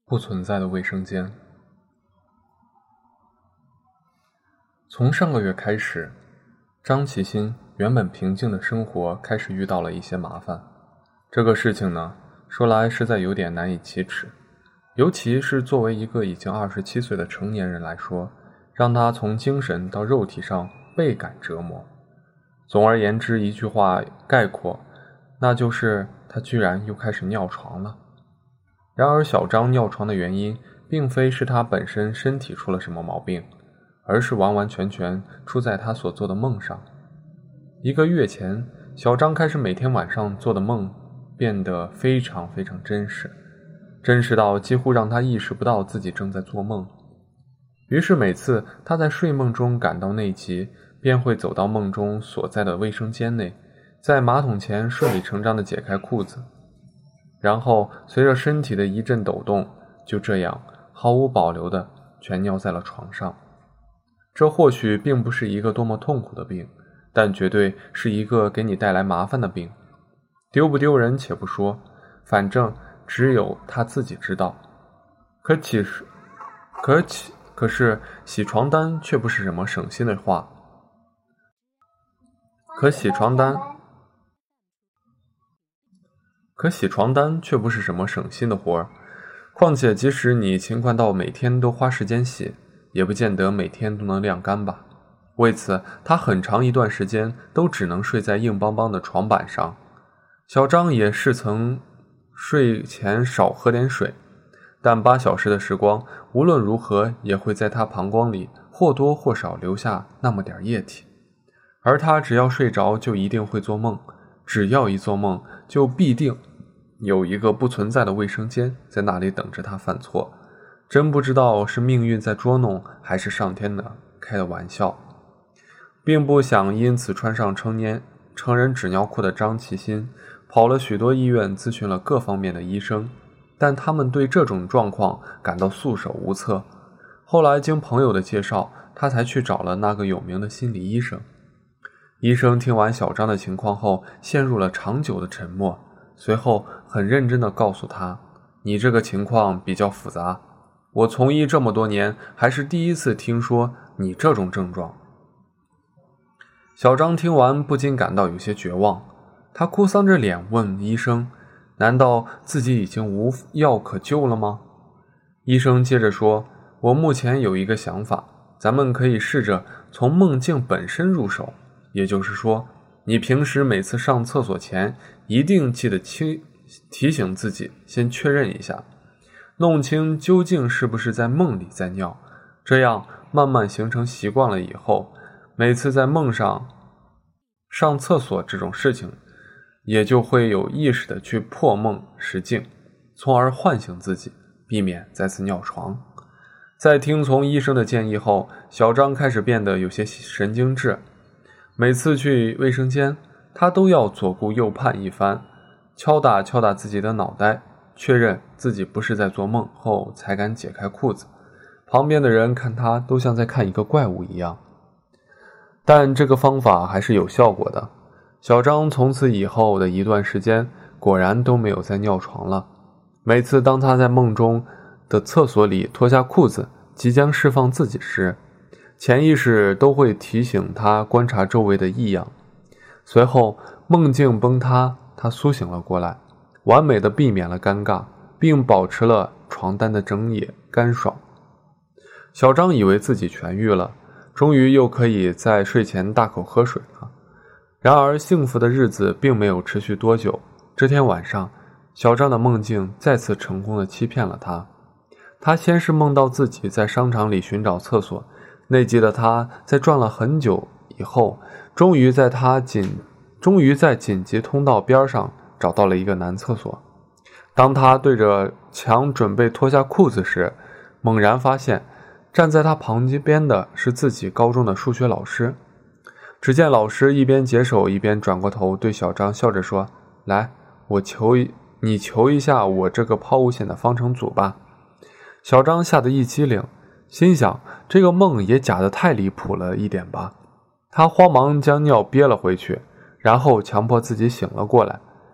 不存在的卫生间。从上个月开始，张其新原本平静的生活开始遇到了一些麻烦。这个事情呢，说来实在有点难以启齿，尤其是作为一个已经27岁的成年人来说，让他从精神到肉体上倍感折磨。总而言之，一句话概括，那就是他居然又开始尿床了。然而小张尿床的原因并非是他本身身体出了什么毛病，而是完完全全出在他所做的梦上。1个月前，小张开始每天晚上做的梦变得非常非常真实，真实到几乎让他意识不到自己正在做梦。于是每次他在睡梦中感到内急，便会走到梦中所在的卫生间内，在马桶前顺理成章地解开裤子，然后随着身体的一阵抖动，就这样毫无保留地全尿在了床上。这或许并不是一个多么痛苦的病，但绝对是一个给你带来麻烦的病。丢不丢人且不说，反正只有他自己知道。可是洗床单却不是什么省心的话。可洗床单却不是什么省心的活儿。况且即使你勤快到每天都花时间洗，也不见得每天都能晾干吧。为此，他很长一段时间都只能睡在硬邦邦的床板上。小张也是曾睡前少喝点水，但8小时的时光无论如何也会在他膀胱里或多或少留下那么点液体。而他只要睡着就一定会做梦，只要一做梦就必定有一个不存在的卫生间在那里等着他犯错。真不知道是命运在捉弄，还是上天的开的玩笑。并不想因此穿上成人纸尿裤的张其新跑了许多医院咨询了各方面的医生，但他们对这种状况感到束手无策。后来经朋友的介绍，他才去找了那个有名的心理医生。医生听完小张的情况后，陷入了长久的沉默，随后很认真地告诉他，你这个情况比较复杂，我从医这么多年，还是第一次听说你这种症状。小张听完不禁感到有些绝望，他哭丧着脸问医生，难道自己已经无药可救了吗？医生接着说，我目前有一个想法，咱们可以试着从梦境本身入手，也就是说，你平时每次上厕所前一定记得提醒自己先确认一下，弄清究竟是不是在梦里在尿，这样慢慢形成习惯了以后，每次在梦上上厕所这种事情也就会有意识地去破梦实境，从而唤醒自己，避免再次尿床。在听从医生的建议后，小张开始变得有些神经质，每次去卫生间他都要左顾右盼一番，敲打自己的脑袋，确认自己不是在做梦后才敢解开裤子。旁边的人看他都像在看一个怪物一样，但这个方法还是有效果的。小张从此以后的一段时间果然都没有再尿床了。每次当他在梦中的厕所里脱下裤子即将释放自己时，潜意识都会提醒他观察周围的异样。随后梦境崩塌，他苏醒了过来，完美的避免了尴尬，并保持了床单的整野干爽。小张以为自己痊愈了，终于又可以在睡前大口喝水了。然而幸福的日子并没有持续多久，这天晚上，小张的梦境再次成功地欺骗了他。他先是梦到自己在商场里寻找厕所，内急的他在转了很久以后，终于在紧急通道边上找到了一个男厕所。当他对着墙准备脱下裤子时，猛然发现站在他旁边的是自己高中的数学老师。只见老师一边解手一边转过头对小张笑着说，来，你求一下我这个抛物线的方程组吧。小张吓得一激灵，心想这个梦也假得太离谱了一点吧。他慌忙将尿憋了回去，然后强迫自己醒了过来。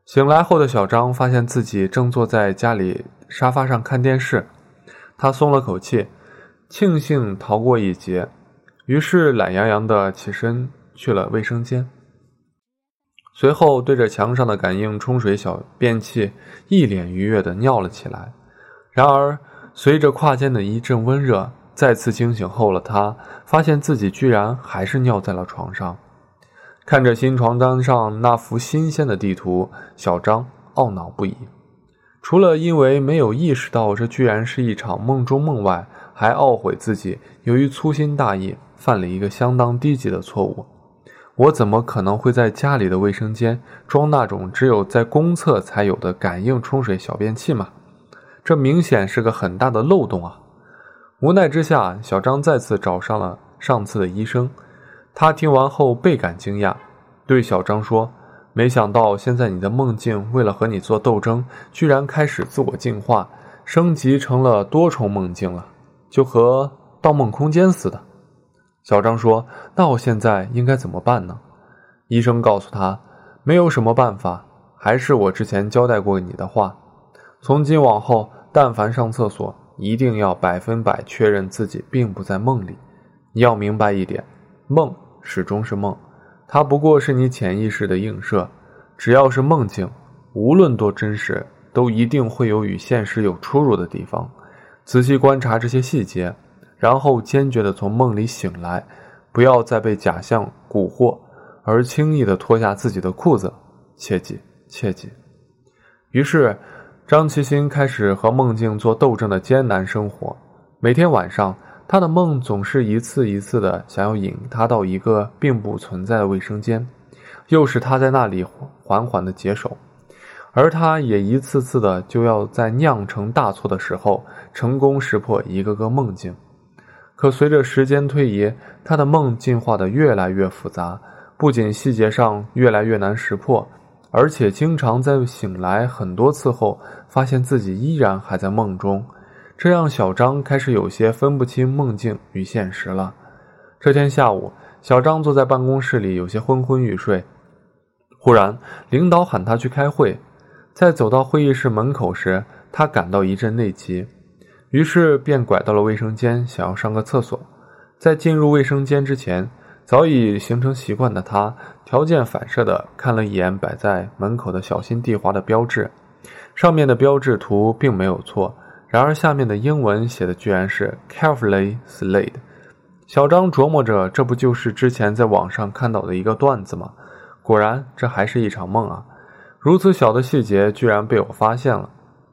醒来后的小张发现自己正坐在家里沙发上看电视，他松了口气，庆幸逃过一劫，于是懒洋洋地起身去了卫生间。随后对着墙上的感应冲水小便器一脸愉悦地尿了起来。然而随着胯间的一阵温热，再次惊醒后了他发现自己居然还是尿在了床上。看着新床单上那幅新鲜的地图，小张懊恼不已。除了因为没有意识到这居然是一场梦中梦外，还懊悔自己由于粗心大意犯了一个相当低级的错误。我怎么可能会在家里的卫生间装那种只有在公厕才有的感应冲水小便器嘛？这明显是个很大的漏洞啊！无奈之下，小张再次找上了上次的医生。他听完后倍感惊讶，对小张说：“没想到现在你的梦境为了和你做斗争，居然开始自我进化，升级成了多重梦境了，就和盗梦空间似的。”小张说：“那我现在应该怎么办呢？”医生告诉他：“没有什么办法，还是我之前交代过你的话，从今往后，但凡上厕所，一定要100%确认自己并不在梦里。你要明白一点，梦始终是梦，它不过是你潜意识的映射。只要是梦境，无论多真实，都一定会有与现实有出入的地方。仔细观察这些细节，然后坚决地从梦里醒来，不要再被假象蛊惑，而轻易地脱下自己的裤子，切记，切记。”于是张其新开始和梦境做斗争的艰难生活。每天晚上，他的梦总是一次一次的想要引他到一个并不存在的卫生间，又是他在那里缓缓的解手，而他也一次次的就要在酿成大错的时候成功识破一个个梦境。可随着时间推移，他的梦进化得越来越复杂，不仅细节上越来越难识破，而且经常在醒来很多次后发现自己依然还在梦中，这让小张开始有些分不清梦境与现实了。这天下午，小张坐在办公室里有些昏昏欲睡，忽然领导喊他去开会。在走到会议室门口时，他感到一阵内急，于是便拐到了卫生间，想要上个厕所。在进入卫生间之前，早已形成习惯的他条件反射地看了一眼摆在门口的小心地滑的标志，上面的标志图并没有错，然而下面的英文写的居然是 carefully slayed。 小张琢磨着，这不就是之前在网上看到的一个段子吗？果然这还是一场梦啊，如此小的细节居然被我发现了。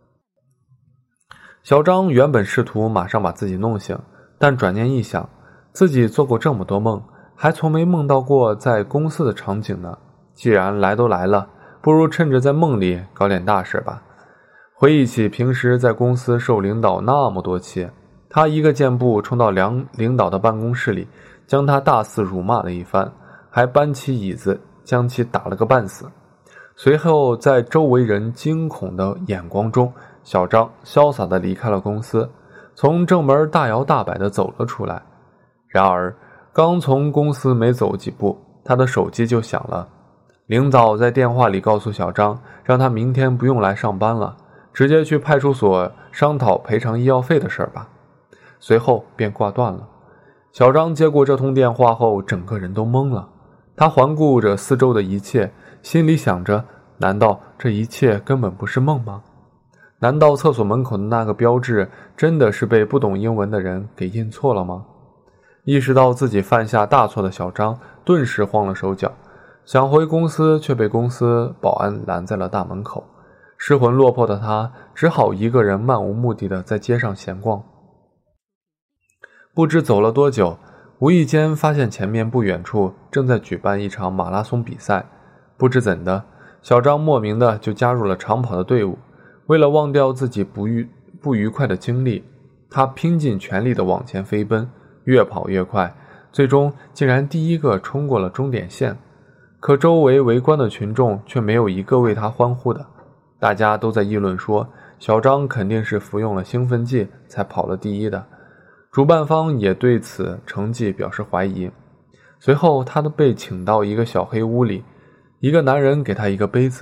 小张原本试图马上把自己弄醒，但转念一想，自己做过这么多梦，还从没梦到过在公司的场景呢。既然来都来了，不如趁着在梦里搞点大事吧。回忆起平时在公司受领导那么多气，他一个箭步冲到领导的办公室里，将他大肆辱骂了一番，还搬起椅子将其打了个半死。随后在周围人惊恐的眼光中，小张潇洒地离开了公司，从正门大摇大摆地走了出来。然而刚从公司没走几步，他的手机就响了。领导在电话里告诉小张，让他明天不用来上班了，直接去派出所商讨赔偿医药费的事吧。随后便挂断了。小张接过这通电话后，整个人都懵了。他环顾着四周的一切，心里想着，难道这一切根本不是梦吗？难道厕所门口的那个标志真的是被不懂英文的人给印错了吗？意识到自己犯下大错的小张顿时慌了手脚，想回公司却被公司保安拦在了大门口。失魂落魄的他只好一个人漫无目的的在街上闲逛。不知走了多久，无意间发现前面不远处正在举办一场马拉松比赛。不知怎的，小张莫名的就加入了长跑的队伍。为了忘掉自己不愉快的经历，他拼尽全力的往前飞奔，越跑越快，最终竟然第一个冲过了终点线。可周围围观的群众却没有一个为他欢呼的，大家都在议论说，小张肯定是服用了兴奋剂才跑了第一的。主办方也对此成绩表示怀疑。随后他被请到一个小黑屋里，一个男人给他一个杯子，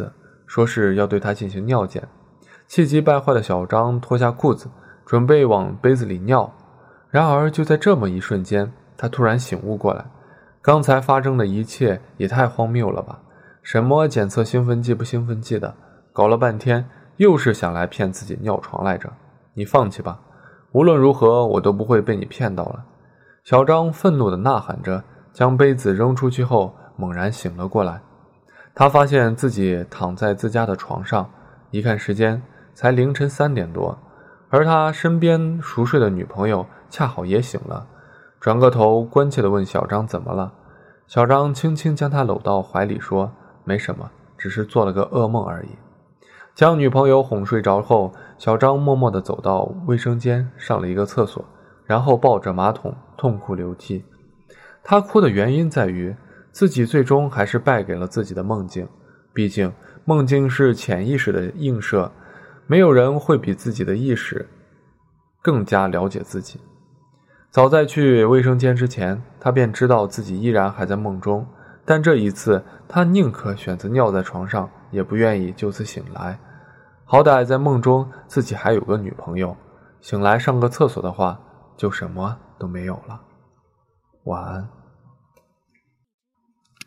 说是要对他进行尿检。气急败坏的小张脱下裤子，准备往杯子里尿。然而就在这么一瞬间，他突然醒悟过来，刚才发生的一切也太荒谬了吧？什么检测兴奋剂不兴奋剂的，搞了半天又是想来骗自己尿床来着。你放弃吧，无论如何我都不会被你骗到了。小张愤怒地呐喊着，将杯子扔出去后猛然醒了过来。他发现自己躺在自家的床上，一看时间才凌晨3点多，而他身边熟睡的女朋友恰好也醒了，转个头关切地问小张怎么了。小张轻轻将他搂到怀里说，没什么，只是做了个噩梦而已。将女朋友哄睡着后，小张默默地走到卫生间上了一个厕所，然后抱着马桶痛哭流涕。他哭的原因在于自己最终还是败给了自己的梦境，毕竟梦境是潜意识的映射，没有人会比自己的意识更加了解自己。早在去卫生间之前，他便知道自己依然还在梦中，但这一次他宁可选择尿在床上，也不愿意就此醒来。好歹在梦中自己还有个女朋友，醒来上个厕所的话就什么都没有了。晚安。